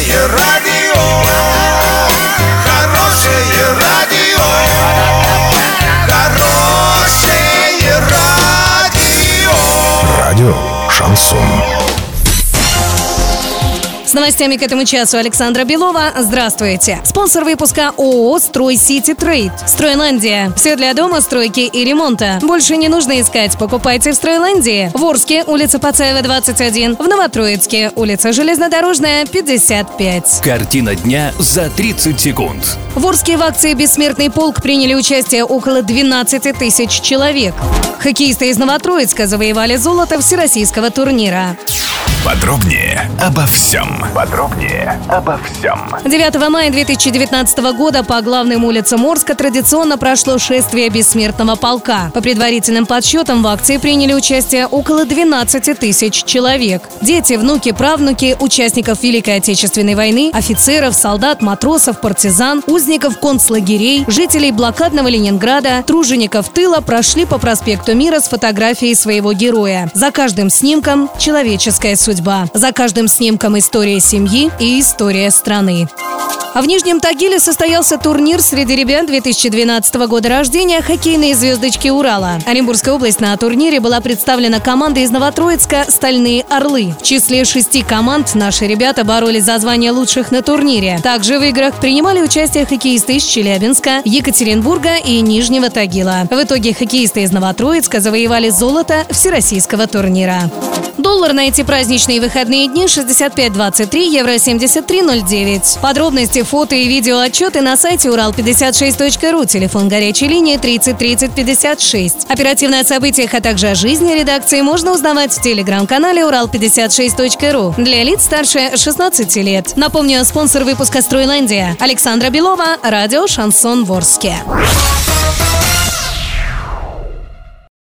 Хорошее радио, хорошее радио, хорошее радио. Радио «Шансон». С новостями к этому часу Александра Белова. Здравствуйте. Спонсор выпуска ООО «Стройсити Трейд». Стройландия. Все для дома, стройки и ремонта. Больше не нужно искать. Покупайте в Стройландии. В Орске, улица Пацаева, 21. В Новотроицке, улица Железнодорожная, 55. Картина дня за 30 секунд. В Орске в акции «Бессмертный полк» приняли участие около 12 тысяч человек. Хоккеисты из Новотроицка завоевали золото всероссийского турнира. Подробнее обо всем. 9 мая 2019 года по главным улицам Орска традиционно прошло шествие Бессмертного полка. По предварительным подсчетам в акции приняли участие около 12 тысяч человек. Дети, внуки, правнуки участников Великой Отечественной войны, офицеров, солдат, матросов, партизан, узников концлагерей, жителей блокадного Ленинграда, тружеников тыла прошли по проспекту Мира с фотографией своего героя. За каждым снимком – человеческая судьба. За каждым снимком история семьи и история страны. А в Нижнем Тагиле состоялся турнир среди ребят 2012 года рождения «Хоккейные звездочки Урала». Оренбургская область на турнире была представлена командой из Новотроицка «Стальные Орлы». В числе 6 команд наши ребята боролись за звание лучших на турнире. Также в играх принимали участие хоккеисты из Челябинска, Екатеринбурга и Нижнего Тагила. В итоге хоккеисты из Новотроицка завоевали золото всероссийского турнира. Доллар на эти праздничные выходные дни 65.23, евро 73.09. Подробности, фото и видео отчеты на сайте урал56.ру, телефон горячей линии 30 30 56. Оперативно о событиях, а также о жизни редакции можно узнавать в телеграм-канале урал56.ру для лиц старше 16 лет. Напомню, спонсор выпуска «Стройландия». Александра Белова, радио «Шансон» в Орске.